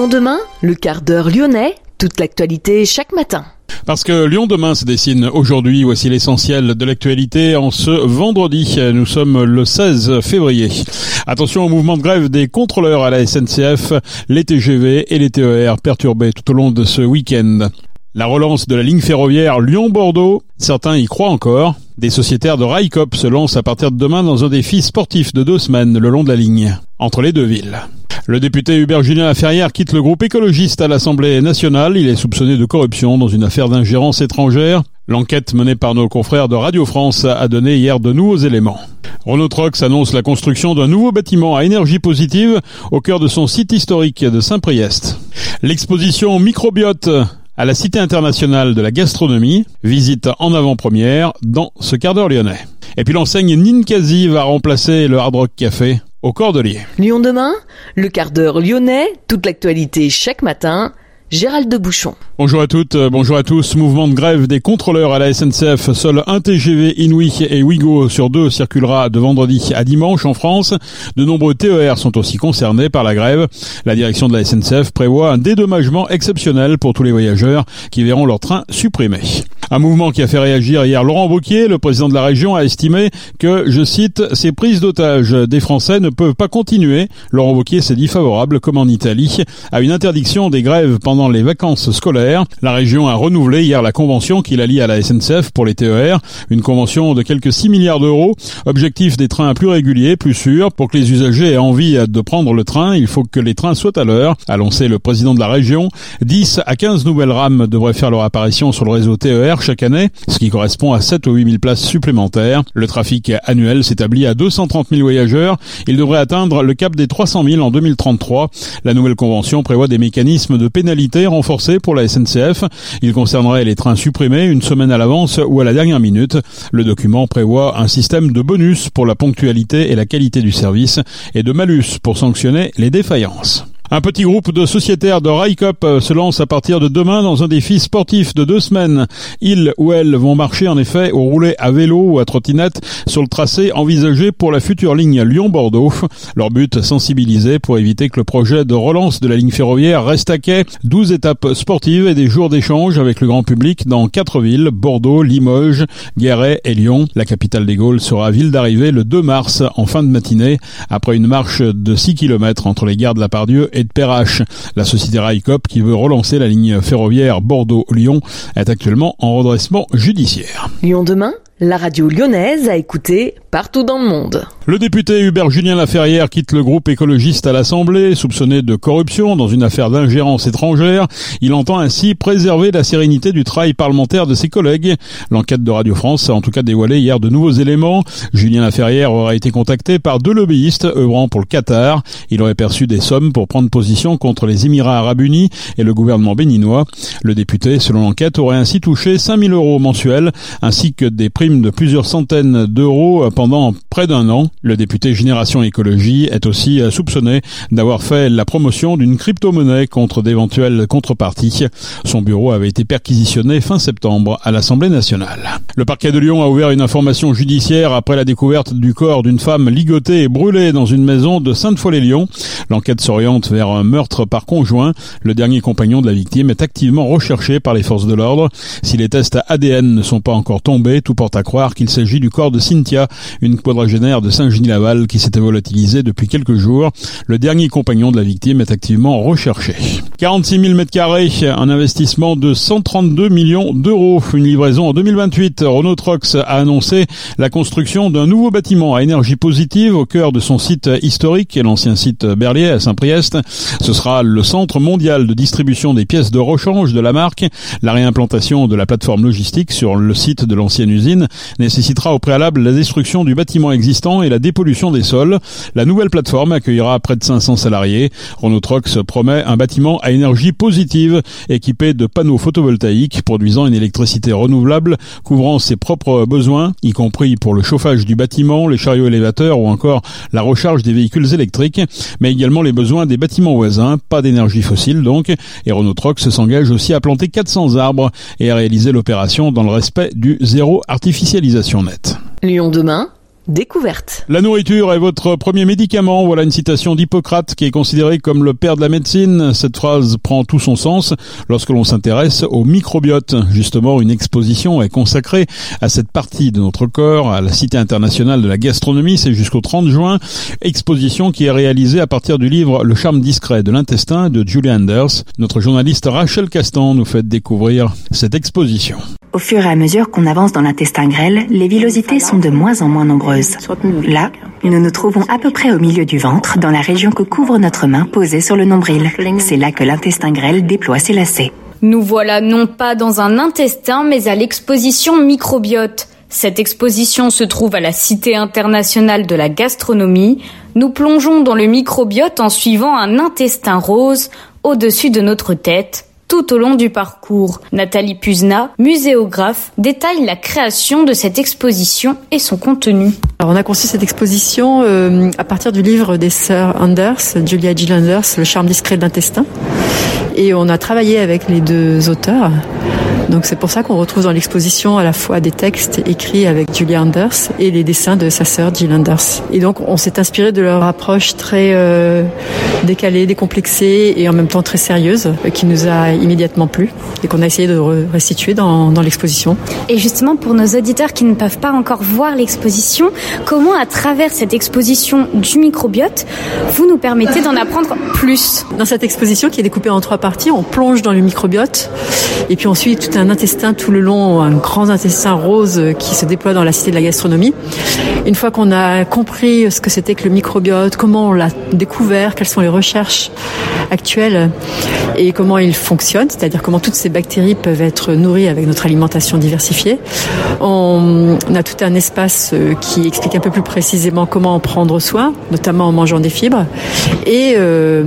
Lyon demain, le quart d'heure lyonnais, toute l'actualité chaque matin. Parce que Lyon demain se dessine aujourd'hui, voici l'essentiel de l'actualité en ce vendredi. Nous sommes le 16 février. Attention au mouvement de grève des contrôleurs à la SNCF, les TGV et les TER perturbés tout au long de ce week-end. La relance de la ligne ferroviaire Lyon-Bordeaux, certains y croient encore. Des sociétaires de Railcoop se lancent à partir de demain dans un défi sportif de 2 semaines le long de la ligne, entre les deux villes. Le député Hubert-Julien Laferrière quitte le groupe écologiste à l'Assemblée nationale. Il est soupçonné de corruption dans une affaire d'ingérence étrangère. L'enquête menée par nos confrères de Radio France a donné hier de nouveaux éléments. Renault Trucks annonce la construction d'un nouveau bâtiment à énergie positive au cœur de son site historique de Saint-Priest. L'exposition Microbiote à la Cité internationale de la gastronomie, visite en avant-première dans ce quart d'heure lyonnais. Et puis l'enseigne Ninkasi va remplacer le Hard Rock Café au Cordelier. Lyon demain, le quart d'heure lyonnais, toute l'actualité chaque matin. Gérald de Bouchon. Bonjour à toutes, bonjour à tous. Mouvement de grève des contrôleurs à la SNCF. Seul un TGV Inouï et Ouigo sur 2 circulera de vendredi à dimanche en France. De nombreux TER sont aussi concernés par la grève. La direction de la SNCF prévoit un dédommagement exceptionnel pour tous les voyageurs qui verront leur train supprimé. Un mouvement qui a fait réagir hier Laurent Wauquiez, le président de la région, a estimé que, je cite, ces prises d'otages des Français ne peuvent pas continuer. Laurent Wauquiez s'est dit favorable, comme en Italie, à une interdiction des grèves pendant les vacances scolaires. La région a renouvelé hier la convention qui la lie à la SNCF pour les TER, une convention de quelques 6 milliards d'euros. Objectif des trains plus réguliers, plus sûrs. Pour que les usagers aient envie de prendre le train, il faut que les trains soient à l'heure, a lancé le président de la région. 10 à 15 nouvelles rames devraient faire leur apparition sur le réseau TER chaque année, ce qui correspond à 7 ou 8 000 places supplémentaires. Le trafic annuel s'établit à 230 000 voyageurs. Il devrait atteindre le cap des 300 000 en 2033. La nouvelle convention prévoit des mécanismes de pénalité renforcés pour la SNCF. Il concernerait les trains supprimés une semaine à l'avance ou à la dernière minute. Le document prévoit un système de bonus pour la ponctualité et la qualité du service et de malus pour sanctionner les défaillances. Un petit groupe de sociétaires de Railcoop se lance à partir de demain dans un défi sportif de 2 semaines. Ils ou elles vont marcher en effet ou rouler à vélo ou à trottinette sur le tracé envisagé pour la future ligne Lyon-Bordeaux. Leur but, sensibiliser pour éviter que le projet de relance de la ligne ferroviaire reste à quai. 12 étapes sportives et des jours d'échange avec le grand public dans 4 villes, Bordeaux, Limoges, Guéret et Lyon. La capitale des Gaules sera ville d'arrivée le 2 mars en fin de matinée après une marche de 6 km entre les gares de la Pardieu et de Perrache. La société Railcoop, qui veut relancer la ligne ferroviaire Bordeaux-Lyon, est actuellement en redressement judiciaire. Lyon demain, la radio lyonnaise à écouter partout dans le monde. Le député Hubert-Julien Laferrière quitte le groupe écologiste à l'Assemblée, soupçonné de corruption dans une affaire d'ingérence étrangère. Il entend ainsi préserver la sérénité du travail parlementaire de ses collègues. L'enquête de Radio France a en tout cas dévoilé hier de nouveaux éléments. Julien Laferrière aurait été contacté par 2 lobbyistes œuvrant pour le Qatar. Il aurait perçu des sommes pour prendre position contre les Émirats Arabes Unis et le gouvernement béninois. Le député, selon l'enquête, aurait ainsi touché 5 000 euros mensuels, ainsi que des primes de plusieurs centaines d'euros pendant près d'1 an. Le député Génération Écologie est aussi soupçonné d'avoir fait la promotion d'une crypto-monnaie contre d'éventuelles contreparties. Son bureau avait été perquisitionné fin septembre à l'Assemblée nationale. Le parquet de Lyon a ouvert une information judiciaire après la découverte du corps d'une femme ligotée et brûlée dans une maison de Sainte-Foy-les-Lyons. L'enquête s'oriente vers un meurtre par conjoint. Le dernier compagnon de la victime est activement recherché par les forces de l'ordre. Si les tests ADN ne sont pas encore tombés, tout porte à croire qu'il s'agit du corps de Cynthia, une quadragénaire de Saint-Genis-Laval qui s'était volatilisée depuis quelques jours. Le dernier compagnon de la victime est activement recherché. 46 000 m², un investissement de 132 millions d'euros. Une livraison en 2028. Renault Trucks a annoncé la construction d'un nouveau bâtiment à énergie positive au cœur de son site historique, l'ancien site Berliet à Saint-Priest. Ce sera le centre mondial de distribution des pièces de rechange de la marque. La réimplantation de la plateforme logistique sur le site de l'ancienne usine nécessitera au préalable la destruction du bâtiment existant et la dépollution des sols. La nouvelle plateforme accueillera près de 500 salariés. Renault Trucks promet un bâtiment à énergie positive, équipé de panneaux photovoltaïques produisant une électricité renouvelable, couvrant ses propres besoins, y compris pour le chauffage du bâtiment, les chariots élévateurs ou encore la recharge des véhicules électriques, mais également les besoins des bâtiments voisins, pas d'énergie fossile donc, et Renault Trucks s'engage aussi à planter 400 arbres et à réaliser l'opération dans le respect du zéro artificialisation nette. Lyon demain, Découverte. La nourriture est votre premier médicament. Voilà une citation d'Hippocrate qui est considéré comme le père de la médecine. Cette phrase prend tout son sens lorsque l'on s'intéresse au microbiote. Justement, une exposition est consacrée à cette partie de notre corps à la Cité internationale de la gastronomie. C'est jusqu'au 30 juin. Exposition qui est réalisée à partir du livre Le charme discret de l'intestin de Julie Anders. Notre journaliste Rachel Castan nous fait découvrir cette exposition. Au fur et à mesure qu'on avance dans l'intestin grêle, les villosités sont de moins en moins nombreuses. Là, nous nous trouvons à peu près au milieu du ventre, dans la région que couvre notre main posée sur le nombril. C'est là que l'intestin grêle déploie ses lacets. Nous voilà non pas dans un intestin, mais à l'exposition microbiote. Cette exposition se trouve à la Cité internationale de la gastronomie. Nous plongeons dans le microbiote en suivant un intestin rose au-dessus de notre tête. Tout au long du parcours, Nathalie Puzna, muséographe, détaille la création de cette exposition et son contenu. Alors on a conçu cette exposition à partir du livre des sœurs Anders, Julia Gill Anders, Le charme discret de l'intestin. Et on a travaillé avec les deux auteurs. Donc c'est pour ça qu'on retrouve dans l'exposition à la fois des textes écrits avec Julia Anders et les dessins de sa sœur Gill Anders. Et donc on s'est inspiré de leur approche très décalée, décomplexée et en même temps très sérieuse qui nous a immédiatement plu et qu'on a essayé de restituer dans l'exposition. Et justement pour nos auditeurs qui ne peuvent pas encore voir l'exposition, comment à travers cette exposition du microbiote, vous nous permettez d'en apprendre plus? Dans cette exposition qui est découpée en 3 parties, on plonge dans le microbiote et puis on suit tout un intestin tout le long, un grand intestin rose qui se déploie dans la Cité de la gastronomie. Une fois qu'on a compris ce que c'était que le microbiote, comment on l'a découvert, quelles sont les recherches actuelles et comment il fonctionne, c'est-à-dire comment toutes ces bactéries peuvent être nourries avec notre alimentation diversifiée, on a tout un espace qui explique un peu plus précisément comment en prendre soin, notamment en mangeant des fibres. Et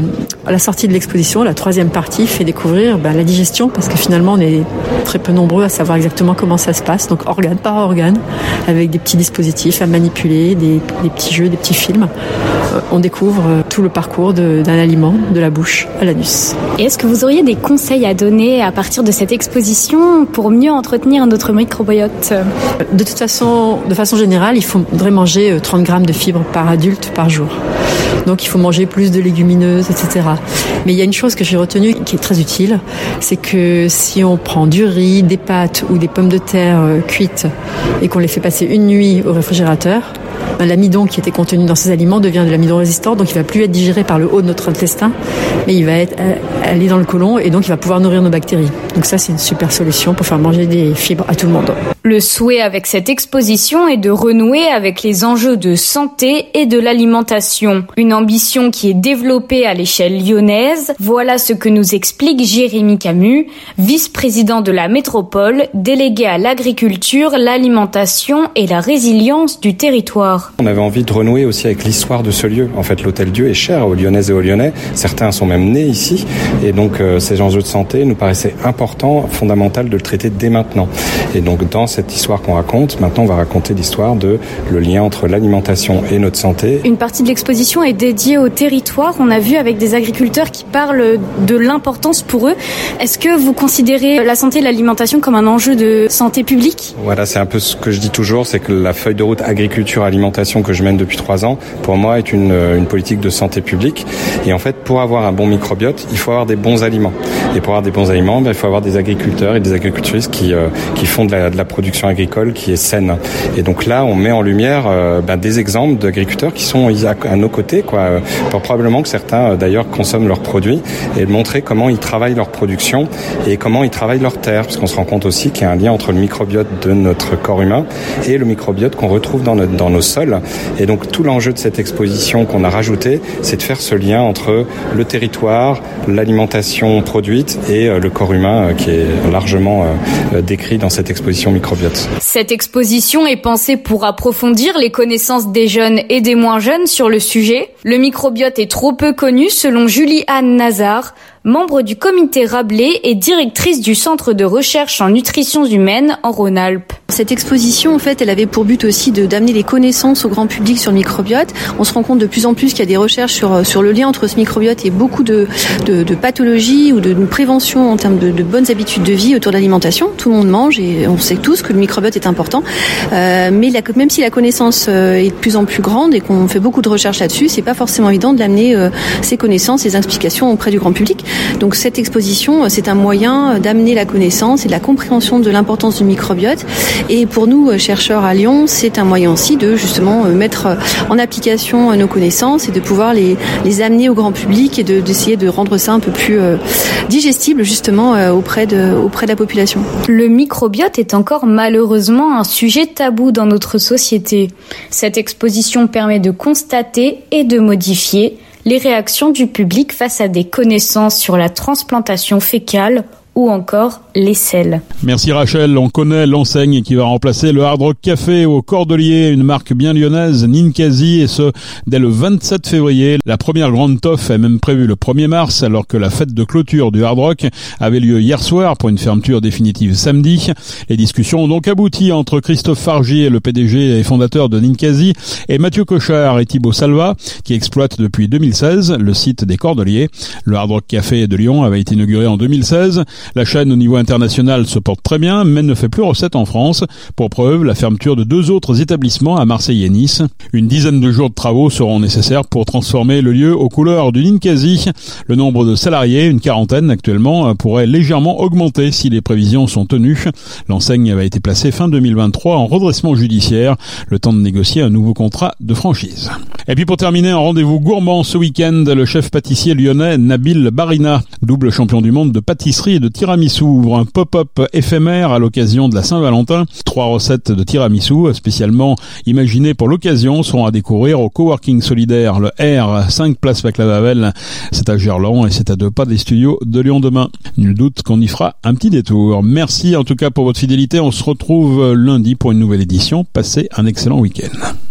à la sortie de l'exposition, la 3e partie fait découvrir la digestion, parce que finalement on est très peu nombreux à savoir exactement comment ça se passe, donc organe par organe, avec des petits dispositifs à manipuler, des petits jeux, des petits films. On découvre tout le parcours d'un aliment, de la bouche à l'anus. Et est-ce que vous auriez des conseils à donner à partir de cette exposition pour mieux entretenir notre microbiote? De toute façon, de façon générale, il faudrait manger 30 grammes de fibres par adulte par jour. Donc il faut manger plus de légumineuses, etc. Mais il y a une chose que j'ai retenue qui est très utile, c'est que si on prend du riz, des pâtes ou des pommes de terre cuites et qu'on les fait passer une nuit au réfrigérateur, l'amidon qui était contenu dans ces aliments devient de l'amidon résistant, donc il va plus être digéré par le haut de notre intestin, mais il va aller dans le côlon et donc il va pouvoir nourrir nos bactéries. Donc ça, c'est une super solution pour faire manger des fibres à tout le monde. Le souhait avec cette exposition est de renouer avec les enjeux de santé et de l'alimentation. Une ambition qui est développée à l'échelle lyonnaise. Voilà ce que nous explique Jérémy Camus, vice-président de la métropole, délégué à l'agriculture, l'alimentation et la résilience du territoire. On avait envie de renouer aussi avec l'histoire de ce lieu. En fait, l'Hôtel Dieu est cher aux Lyonnaises et aux Lyonnais. Certains sont même nés ici. Et donc, ces enjeux de santé nous paraissaient importants, fondamental de le traiter dès maintenant. Et donc, dans cette histoire qu'on raconte, maintenant, on va raconter l'histoire de le lien entre l'alimentation et notre santé. Une partie de l'exposition est dédiée au territoire. On a vu avec des agriculteurs qui parlent de l'importance pour eux. Est-ce que vous considérez la santé et l'alimentation comme un enjeu de santé publique? Voilà, c'est un peu ce que je dis toujours, c'est que la feuille de route agriculture-alimentation que je mène depuis 3 ans, pour moi, est une politique de santé publique. Et en fait, pour avoir un bon microbiote, il faut avoir des bons aliments. Et pour avoir des bons aliments, il faut avoir des agriculteurs et des agricultrices qui font de la production agricole qui est saine. Et donc là, on met en lumière des exemples d'agriculteurs qui sont à nos côtés, probablement que certains d'ailleurs consomment leurs produits, et de montrer comment ils travaillent leur production et comment ils travaillent leur terre, parce qu'on se rend compte aussi qu'il y a un lien entre le microbiote de notre corps humain et le microbiote qu'on retrouve dans nos sols. Et donc tout l'enjeu de cette exposition qu'on a rajouté, c'est de faire ce lien entre le territoire, l'alimentation produite et le corps humain qui est largement décrit dans cette exposition microbiote. Cette exposition est pensée pour approfondir les connaissances des jeunes et des moins jeunes sur le sujet. Le microbiote est trop peu connu selon Julie-Anne Nazar, membre du comité Rabelais et directrice du centre de recherche en nutrition humaine en Rhône-Alpes. Cette exposition, en fait, elle avait pour but aussi d'amener les connaissances au grand public sur le microbiote. On se rend compte de plus en plus qu'il y a des recherches sur le lien entre ce microbiote et beaucoup de pathologies ou de prévention en termes de bonnes habitudes de vie autour de l'alimentation. Tout le monde mange et on sait tous que le microbiote est important. Mais même si la connaissance est de plus en plus grande et qu'on fait beaucoup de recherches là-dessus, c'est pas forcément évident d'amener ces connaissances, ces explications auprès du grand public. Donc cette exposition, c'est un moyen d'amener la connaissance et de la compréhension de l'importance du microbiote. Et pour nous, chercheurs à Lyon, c'est un moyen aussi de justement mettre en application nos connaissances et de pouvoir les amener au grand public et d'essayer de rendre ça un peu plus digestible justement auprès de la population. Le microbiote est encore malheureusement un sujet tabou dans notre société. Cette exposition permet de constater et de modifier les réactions du public face à des connaissances sur la transplantation fécale ou encore les selles. Merci Rachel, on connaît l'enseigne qui va remplacer le Hard Rock Café au Cordelier, une marque bien lyonnaise, Ninkasi, et ce, dès le 27 février. La première grande toffe est même prévue le 1er mars, alors que la fête de clôture du Hard Rock avait lieu hier soir pour une fermeture définitive samedi. Les discussions ont donc abouti entre Christophe Fargier, le PDG et fondateur de Ninkasi, et Mathieu Cochard et Thibaut Salva, qui exploitent depuis 2016 le site des Cordeliers. Le Hard Rock Café de Lyon avait été inauguré en 2016. La chaîne au niveau international se porte très bien, mais ne fait plus recette en France. Pour preuve, la fermeture de 2 autres établissements à Marseille et Nice. Une dizaine de jours de travaux seront nécessaires pour transformer le lieu aux couleurs du Ninkasi. Le nombre de salariés, une quarantaine actuellement, pourrait légèrement augmenter si les prévisions sont tenues. L'enseigne avait été placée fin 2023 en redressement judiciaire, le temps de négocier un nouveau contrat de franchise. Et puis pour terminer, un rendez-vous gourmand ce week-end, le chef pâtissier lyonnais Nabil Barina, double champion du monde de pâtisserie et de tiramisu, ouvre un pop-up éphémère à l'occasion de la Saint-Valentin. 3 recettes de tiramisu spécialement imaginées pour l'occasion seront à découvrir au coworking solidaire, le R, 5 place Vaclav-Havel. C'est à Gerland et c'est à 2 pas des studios de Lyon demain. Nul doute qu'on y fera un petit détour. Merci en tout cas pour votre fidélité. On se retrouve lundi pour une nouvelle édition. Passez un excellent week-end.